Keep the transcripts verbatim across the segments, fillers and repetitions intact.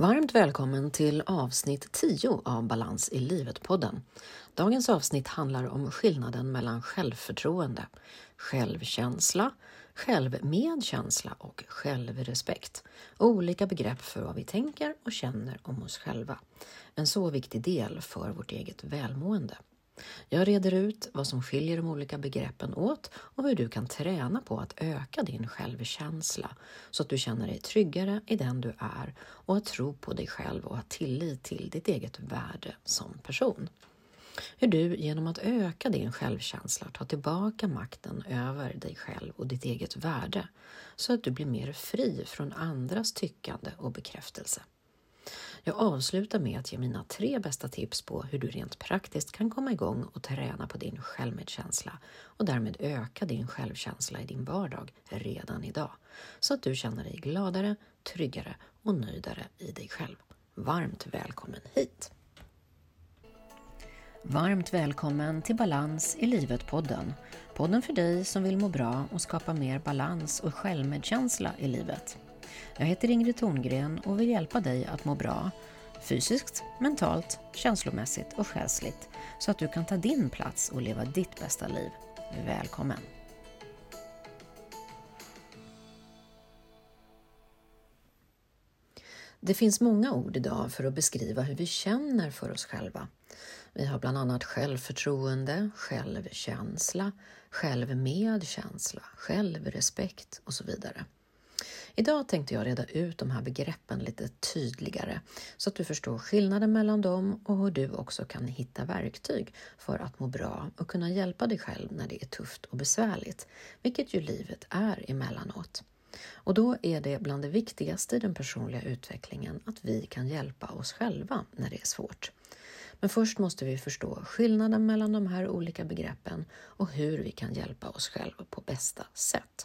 Varmt välkommen till avsnitt tio av Balans i livet-podden. Dagens avsnitt handlar om skillnaden mellan självförtroende, självkänsla, självmedkänsla och självrespekt. Olika begrepp för vad vi tänker och känner om oss själva. En så viktig del för vårt eget välmående. Jag reder ut vad som skiljer de olika begreppen åt och hur du kan träna på att öka din självkänsla så att du känner dig tryggare i den du är och att tro på dig själv och ha tillit till ditt eget värde som person. Hur du genom att öka din självkänsla tar tillbaka makten över dig själv och ditt eget värde så att du blir mer fri från andras tyckande och bekräftelse. Jag avslutar med att ge mina tre bästa tips på hur du rent praktiskt kan komma igång och träna på din självmedkänsla och därmed öka din självkänsla i din vardag redan idag så att du känner dig gladare, tryggare och nöjdare i dig själv. Varmt välkommen hit! Varmt välkommen till Balans i livet-podden. Podden för dig som vill må bra och skapa mer balans och självmedkänsla i livet. Jag heter Ingrid Thorngren och vill hjälpa dig att må bra, fysiskt, mentalt, känslomässigt och själsligt så att du kan ta din plats och leva ditt bästa liv. Välkommen! Det finns många ord idag för att beskriva hur vi känner för oss själva. Vi har bland annat självförtroende, självkänsla, självmedkänsla, självrespekt och så vidare. Idag tänkte jag reda ut de här begreppen lite tydligare så att du förstår skillnaden mellan dem och hur du också kan hitta verktyg för att må bra och kunna hjälpa dig själv när det är tufft och besvärligt, vilket ju livet är emellanåt. Och då är det bland det viktigaste i den personliga utvecklingen att vi kan hjälpa oss själva när det är svårt. Men först måste vi förstå skillnaden mellan de här olika begreppen och hur vi kan hjälpa oss själva på bästa sätt.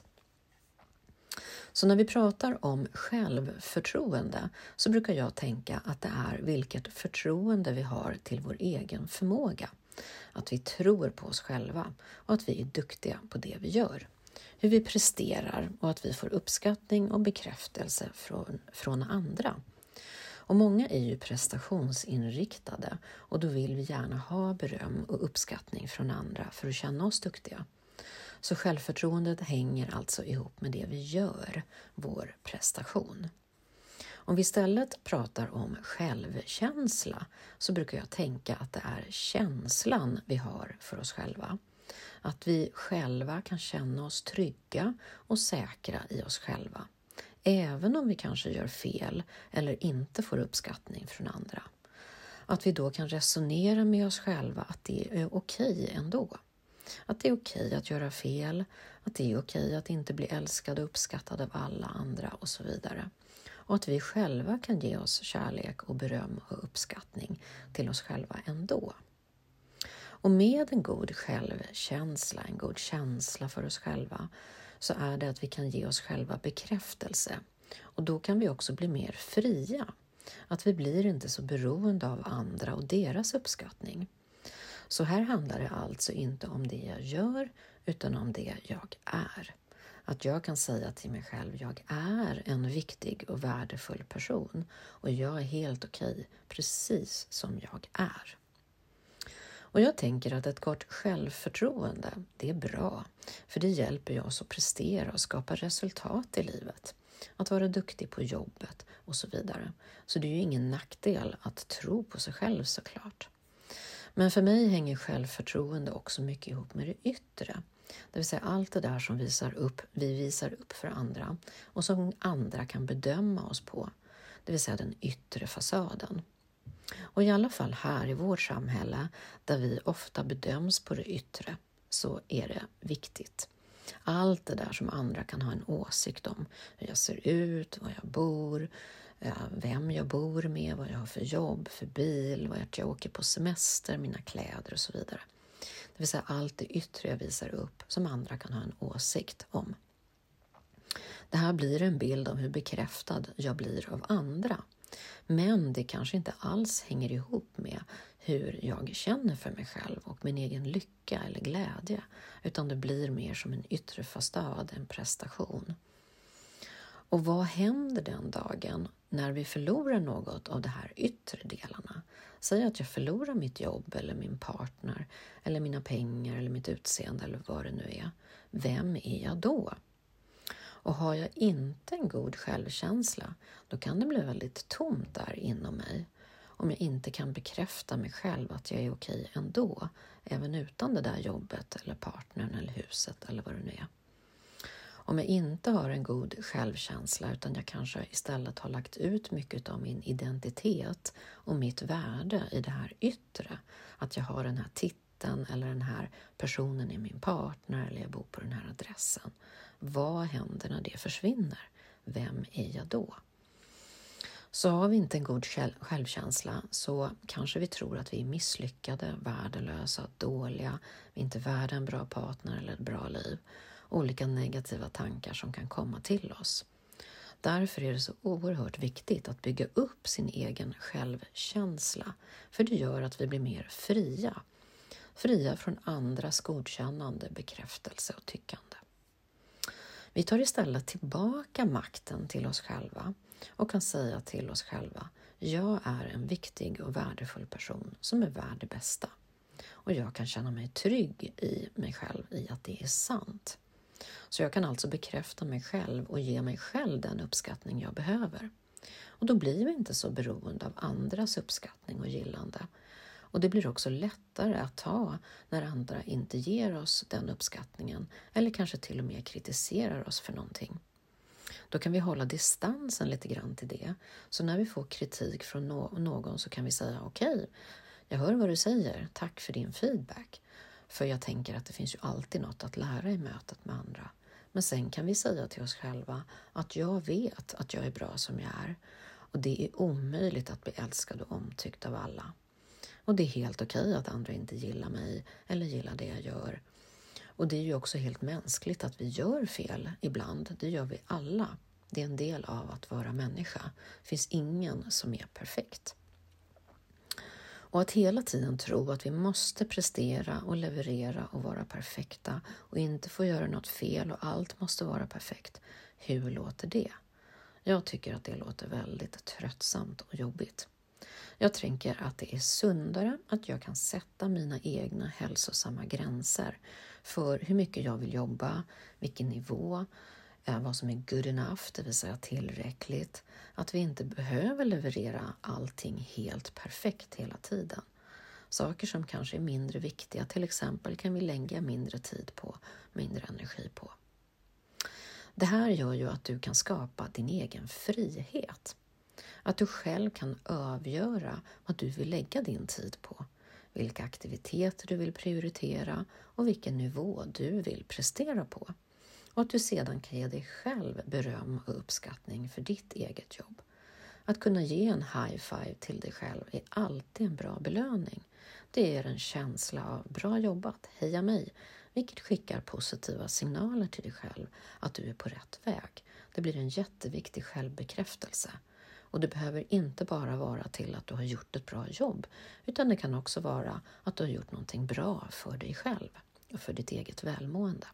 Så när vi pratar om självförtroende så brukar jag tänka att det är vilket förtroende vi har till vår egen förmåga. Att vi tror på oss själva och att vi är duktiga på det vi gör. Hur vi presterar och att vi får uppskattning och bekräftelse från, från andra. Och många är ju prestationsinriktade och då vill vi gärna ha beröm och uppskattning från andra för att känna oss duktiga. Så självförtroendet hänger alltså ihop med det vi gör, vår prestation. Om vi istället pratar om självkänsla så brukar jag tänka att det är känslan vi har för oss själva. Att vi själva kan känna oss trygga och säkra i oss själva. Även om vi kanske gör fel eller inte får uppskattning från andra. Att vi då kan resonera med oss själva att det är okej ändå. Att det är okej att göra fel, att det är okej att inte bli älskad och uppskattad av alla andra och så vidare. Och att vi själva kan ge oss kärlek och beröm och uppskattning till oss själva ändå. Och med en god självkänsla, en god känsla för oss själva så är det att vi kan ge oss själva bekräftelse. Och då kan vi också bli mer fria. Att vi blir inte så beroende av andra och deras uppskattning. Så här handlar det alltså inte om det jag gör utan om det jag är. Att jag kan säga till mig själv, jag är en viktig och värdefull person och jag är helt okej precis som jag är. Och jag tänker att ett gott självförtroende, det är bra. För det hjälper oss att prestera och skapa resultat i livet. Att vara duktig på jobbet och så vidare. Så det är ju ingen nackdel att tro på sig själv såklart. Men för mig hänger självförtroende också mycket ihop med det yttre. Det vill säga allt det där som visar upp, vi visar upp för andra och som andra kan bedöma oss på. Det vill säga den yttre fasaden. Och i alla fall här i vårt samhälle där vi ofta bedöms på det yttre så är det viktigt. Allt det där som andra kan ha en åsikt om. Hur jag ser ut, var jag bor, vem jag bor med, vad jag har för jobb, för bil, vart jag åker på semester, mina kläder och så vidare. Det vill säga allt det yttre jag visar upp som andra kan ha en åsikt om. Det här blir en bild av hur bekräftad jag blir av andra. Men det kanske inte alls hänger ihop med hur jag känner för mig själv och min egen lycka eller glädje. Utan det blir mer som en yttre fasad, en prestation. Och vad händer den dagen när vi förlorar något av de här yttre delarna? Säg att jag förlorar mitt jobb eller min partner eller mina pengar eller mitt utseende eller vad det nu är. Vem är jag då? Och har jag inte en god självkänsla, då kan det bli väldigt tomt där inom mig. Om jag inte kan bekräfta mig själv att jag är okej ändå, även utan det där jobbet eller partnern eller huset eller vad det nu är. Om jag inte har en god självkänsla utan jag kanske istället har lagt ut mycket av min identitet och mitt värde i det här yttre, att jag har den här titeln eller den här personen är min partner eller jag bor på den här adressen. Vad händer när det försvinner? Vem är jag då? Så har vi inte en god självkänsla så kanske vi tror att vi är misslyckade, värdelösa, dåliga, vi är inte värda en bra partner eller ett bra liv. Olika negativa tankar som kan komma till oss. Därför är det så oerhört viktigt att bygga upp sin egen självkänsla. För det gör att vi blir mer fria. Fria från andras godkännande, bekräftelse och tyckande. Vi tar istället tillbaka makten till oss själva och kan säga till oss själva: jag är en viktig och värdefull person som är värd det bästa. Och jag kan känna mig trygg i mig själv i att det är sant. Så jag kan alltså bekräfta mig själv och ge mig själv den uppskattning jag behöver. Och då blir vi inte så beroende av andras uppskattning och gillande. Och det blir också lättare att ta när andra inte ger oss den uppskattningen eller kanske till och med kritiserar oss för någonting. Då kan vi hålla distansen lite grann till det. Så när vi får kritik från någon så kan vi säga: okej, jag hör vad du säger, tack för din feedback. För jag tänker att det finns ju alltid något att lära i mötet med andra. Men sen kan vi säga till oss själva att jag vet att jag är bra som jag är. Och det är omöjligt att bli älskad och omtyckt av alla. Och det är helt okej att andra inte gillar mig eller gillar det jag gör. Och det är ju också helt mänskligt att vi gör fel ibland. Det gör vi alla. Det är en del av att vara människa. Det finns ingen som är perfekt. Och att hela tiden tro att vi måste prestera och leverera och vara perfekta och inte få göra något fel och allt måste vara perfekt. Hur låter det? Jag tycker att det låter väldigt tröttsamt och jobbigt. Jag tänker att det är sundare att jag kan sätta mina egna hälsosamma gränser för hur mycket jag vill jobba, vilken nivå, vad som är good enough, det vill säga tillräckligt. Att vi inte behöver leverera allting helt perfekt hela tiden. Saker som kanske är mindre viktiga, till exempel, kan vi lägga mindre tid på, mindre energi på. Det här gör ju att du kan skapa din egen frihet. Att du själv kan avgöra vad du vill lägga din tid på, vilka aktiviteter du vill prioritera och vilken nivå du vill prestera på. Och att du sedan kan ge dig själv beröm och uppskattning för ditt eget jobb. Att kunna ge en high five till dig själv är alltid en bra belöning. Det är en känsla av bra jobbat, heja mig, vilket skickar positiva signaler till dig själv att du är på rätt väg. Det blir en jätteviktig självbekräftelse. Och det behöver inte bara vara till att du har gjort ett bra jobb, utan det kan också vara att du har gjort någonting bra för dig själv och för ditt eget välmående.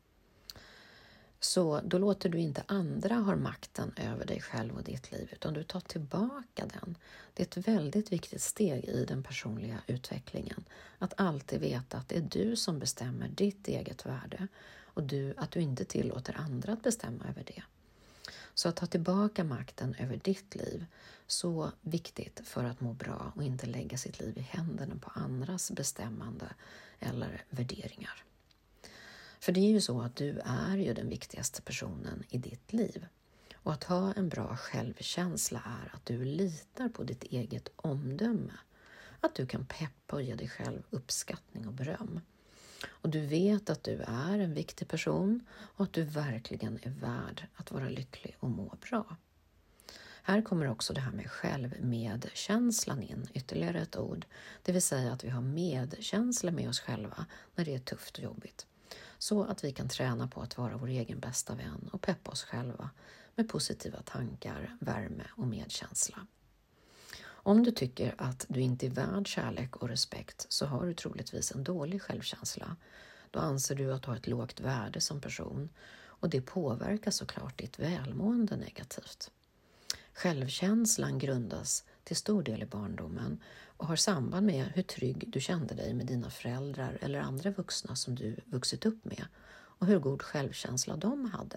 Så då låter du inte andra ha makten över dig själv och ditt liv, utan du tar tillbaka den. Det är ett väldigt viktigt steg i den personliga utvecklingen. Att alltid veta att det är du som bestämmer ditt eget värde och du, att du inte tillåter andra att bestämma över det. Så att ta tillbaka makten över ditt liv, så viktigt för att må bra och inte lägga sitt liv i händerna på andras bestämmande eller värderingar. För det är ju så att du är ju den viktigaste personen i ditt liv. Och att ha en bra självkänsla är att du litar på ditt eget omdöme. Att du kan peppa och ge dig själv uppskattning och beröm. Och du vet att du är en viktig person och att du verkligen är värd att vara lycklig och må bra. Här kommer också det här med självmedkänslan in, ytterligare ett ord. Det vill säga att vi har medkänsla med oss själva när det är tufft och jobbigt. Så att vi kan träna på att vara vår egen bästa vän och peppa oss själva med positiva tankar, värme och medkänsla. Om du tycker att du inte är värd kärlek och respekt så har du troligtvis en dålig självkänsla. Då anser du att du har ett lågt värde som person och det påverkar såklart ditt välmående negativt. Självkänslan grundas till stor del i barndomen och har samband med hur trygg du kände dig med dina föräldrar eller andra vuxna som du vuxit upp med och hur god självkänsla de hade.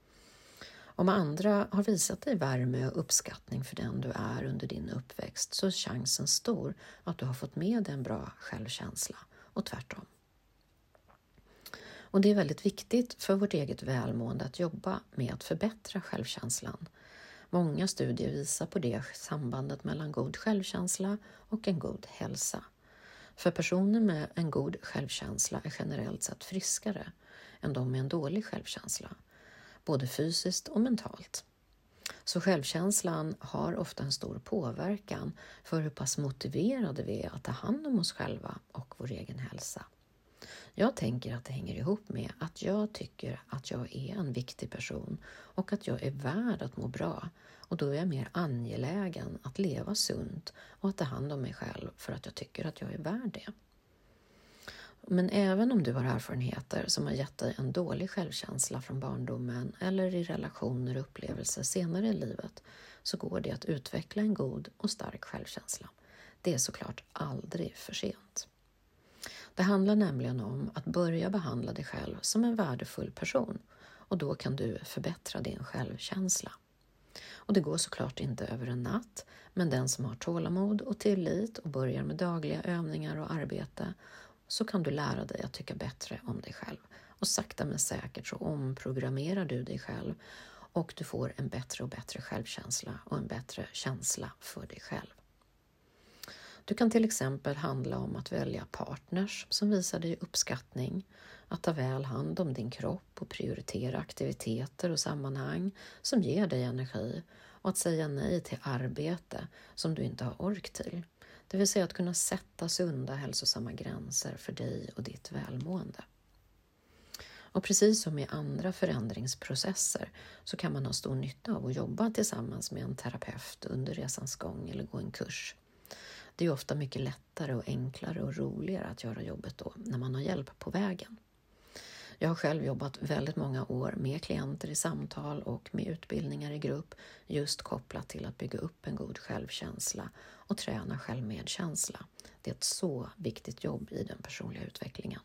Om andra har visat dig värme och uppskattning för den du är under din uppväxt så är chansen stor att du har fått med en bra självkänsla och tvärtom. Och det är väldigt viktigt för vårt eget välmående att jobba med att förbättra självkänslan. Många studier visar på det sambandet mellan god självkänsla och en god hälsa. För personer med en god självkänsla är generellt sett friskare än de med en dålig självkänsla, både fysiskt och mentalt. Så självkänslan har ofta en stor påverkan för hur pass motiverade vi är att ta hand om oss själva och vår egen hälsa. Jag tänker att det hänger ihop med att jag tycker att jag är en viktig person och att jag är värd att må bra, och då är jag mer angelägen att leva sunt och att ta hand om mig själv för att jag tycker att jag är värd det. Men även om du har erfarenheter som har gett dig en dålig självkänsla från barndomen eller i relationer och upplevelser senare i livet, så går det att utveckla en god och stark självkänsla. Det är såklart aldrig för sent. Det handlar nämligen om att börja behandla dig själv som en värdefull person, och då kan du förbättra din självkänsla. Och det går såklart inte över en natt, men den som har tålamod och tillit och börjar med dagliga övningar och arbete, så kan du lära dig att tycka bättre om dig själv. Och sakta men säkert så omprogrammerar du dig själv och du får en bättre och bättre självkänsla och en bättre känsla för dig själv. Du kan till exempel handla om att välja partners som visar dig uppskattning, att ta väl hand om din kropp och prioritera aktiviteter och sammanhang som ger dig energi, och att säga nej till arbete som du inte har ork till. Det vill säga att kunna sätta sunda hälsosamma gränser för dig och ditt välmående. Och precis som i andra förändringsprocesser så kan man ha stor nytta av att jobba tillsammans med en terapeut under resans gång eller gå en kurs. Det är ofta mycket lättare och enklare och roligare att göra jobbet då när man har hjälp på vägen. Jag har själv jobbat väldigt många år med klienter i samtal och med utbildningar i grupp just kopplat till att bygga upp en god självkänsla och träna självmedkänsla. Det är ett så viktigt jobb i den personliga utvecklingen.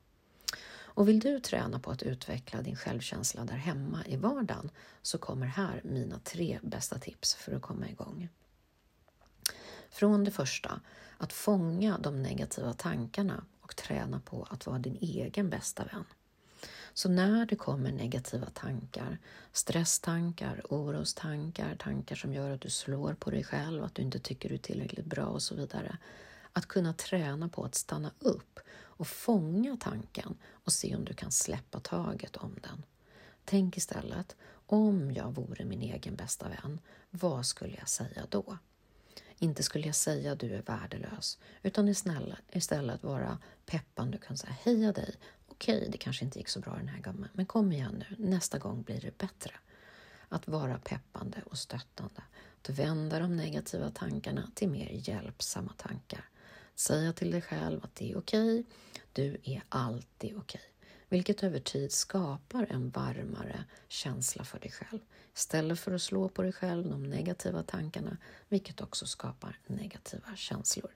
Och vill du träna på att utveckla din självkänsla där hemma i vardagen, så kommer här mina tre bästa tips för att komma igång. Från det första, att fånga de negativa tankarna och träna på att vara din egen bästa vän. Så när det kommer negativa tankar, stresstankar, orostankar, tankar som gör att du slår på dig själv, att du inte tycker du är tillräckligt bra och så vidare, att kunna träna på att stanna upp och fånga tanken och se om du kan släppa taget om den. Tänk istället, om jag vore min egen bästa vän, vad skulle jag säga då? Inte skulle jag säga att du är värdelös, utan istället vara peppande och kunna säga heja dig. Okej, det kanske inte gick så bra den här gången, men kom igen nu, nästa gång blir det bättre. Att vara peppande och stöttande. Att vända de negativa tankarna till mer hjälpsamma tankar. Säga till dig själv att det är okej, du är alltid okej. Vilket över tid skapar en varmare känsla för dig själv. Istället för att slå på dig själv de negativa tankarna, vilket också skapar negativa känslor.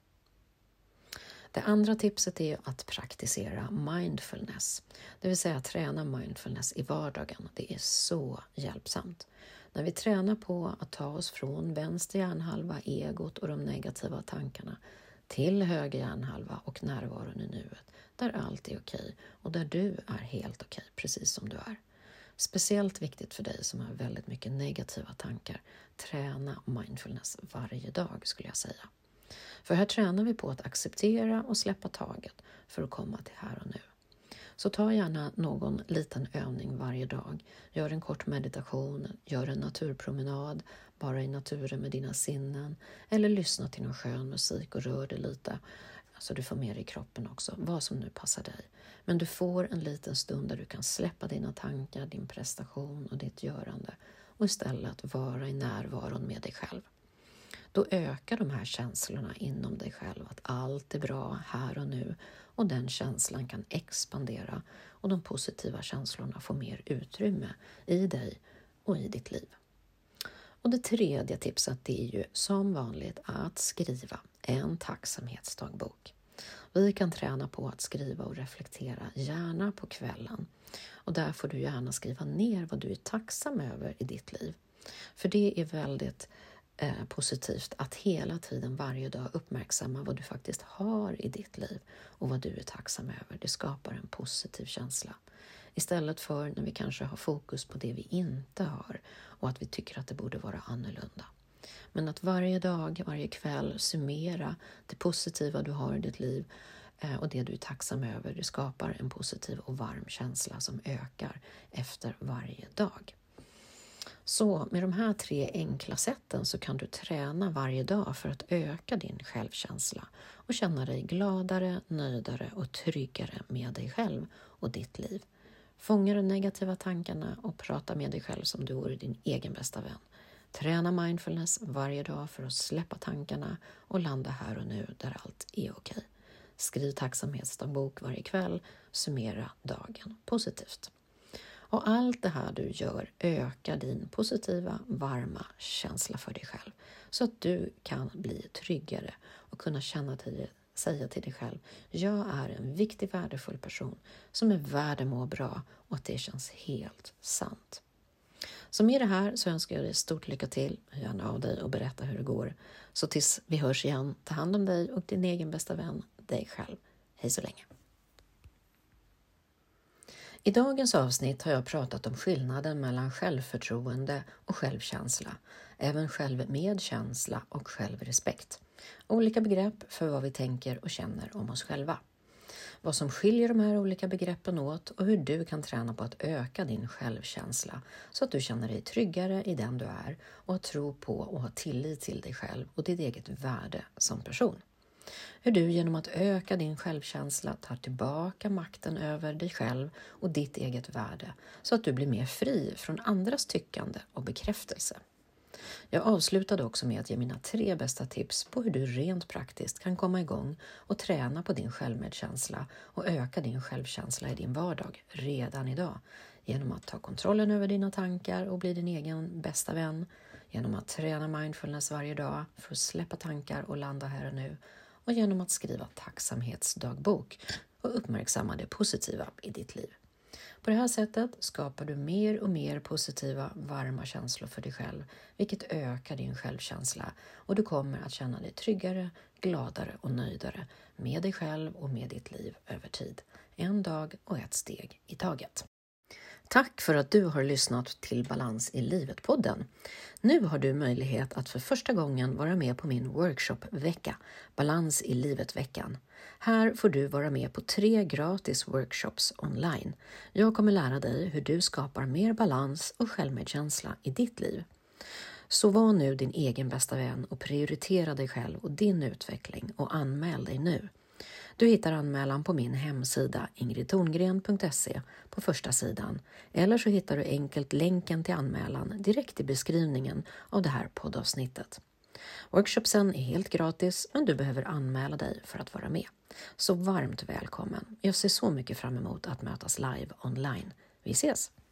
Det andra tipset är att praktisera mindfulness. Det vill säga träna mindfulness i vardagen. Det är så hjälpsamt. När vi tränar på att ta oss från vänster hjärnhalva, egot och de negativa tankarna till höger hjärnhalva och närvaron i nuet, där allt är okej och där du är helt okej, precis som du är. Speciellt viktigt för dig som har väldigt mycket negativa tankar. Träna mindfulness varje dag skulle jag säga. För här tränar vi på att acceptera och släppa taget för att komma till här och nu. Så ta gärna någon liten övning varje dag. Gör en kort meditation, gör en naturpromenad, bara i naturen med dina sinnen. Eller lyssna till någon skön musik och rör dig lite. Så du får med dig i kroppen också, vad som nu passar dig. Men du får en liten stund där du kan släppa dina tankar, din prestation och ditt görande. Och istället vara i närvaron med dig själv. Då ökar de här känslorna inom dig själv att allt är bra här och nu, och den känslan kan expandera och de positiva känslorna får mer utrymme i dig och i ditt liv. Och det tredje tipset, det är ju som vanligt att skriva en tacksamhetsdagbok. Vi kan träna på att skriva och reflektera gärna på kvällen. Och där får du gärna skriva ner vad du är tacksam över i ditt liv. För det är väldigt eh, positivt att hela tiden varje dag uppmärksamma vad du faktiskt har i ditt liv och vad du är tacksam över. Det skapar en positiv känsla. Istället för när vi kanske har fokus på det vi inte har och att vi tycker att det borde vara annorlunda. Men att varje dag, varje kväll summera det positiva du har i ditt liv och det du är tacksam över. Det skapar en positiv och varm känsla som ökar efter varje dag. Så med de här tre enkla sätten så kan du träna varje dag för att öka din självkänsla och känna dig gladare, nöjdare och tryggare med dig själv och ditt liv. Fånga de negativa tankarna och prata med dig själv som du vore din egen bästa vän. Träna mindfulness varje dag för att släppa tankarna och landa här och nu där allt är okej. Skriv tacksamhetsdagbok varje kväll, summera dagen positivt. Och allt det här du gör ökar din positiva, varma känsla för dig själv. Så att du kan bli tryggare och kunna känna till, säga till dig själv: jag är en viktig, värdefull person som är värd att må bra, och att det känns helt sant. Så med det här så önskar jag dig stort lycka till. Hör gärna av dig och berätta hur det går. Så tills vi hörs igen, ta hand om dig och din egen bästa vän, dig själv. Hej så länge. I dagens avsnitt har jag pratat om skillnaden mellan självförtroende och självkänsla, även självmedkänsla och självrespekt. Olika begrepp för vad vi tänker och känner om oss själva. Vad som skiljer de här olika begreppen åt och hur du kan träna på att öka din självkänsla så att du känner dig tryggare i den du är och har tro på och har tillit till dig själv och ditt eget värde som person. Hur du genom att öka din självkänsla tar tillbaka makten över dig själv och ditt eget värde så att du blir mer fri från andras tyckande och bekräftelse. Jag avslutade också med att ge mina tre bästa tips på hur du rent praktiskt kan komma igång och träna på din självmedkänsla och öka din självkänsla i din vardag redan idag. Genom att ta kontrollen över dina tankar och bli din egen bästa vän. Genom att träna mindfulness varje dag för att släppa tankar och landa här och nu. Och genom att skriva tacksamhetsdagbok och uppmärksamma det positiva i ditt liv. På det här sättet skapar du mer och mer positiva, varma känslor för dig själv, vilket ökar din självkänsla, och du kommer att känna dig tryggare, gladare och nöjdare med dig själv och med ditt liv över tid. En dag och ett steg i taget. Tack för att du har lyssnat till Balans i livet-podden. Nu har du möjlighet att för första gången vara med på min workshop-vecka, Balans i livet-veckan. Här får du vara med på tre gratis workshops online. Jag kommer lära dig hur du skapar mer balans och självmedkänsla i ditt liv. Så var nu din egen bästa vän och prioritera dig själv och din utveckling och anmäl dig nu. Du hittar anmälan på min hemsida ingrid thorngren punkt se på första sidan, eller så hittar du enkelt länken till anmälan direkt i beskrivningen av det här poddavsnittet. Workshopsen är helt gratis, men du behöver anmäla dig för att vara med. Så varmt välkommen. Jag ser så mycket fram emot att mötas live online. Vi ses!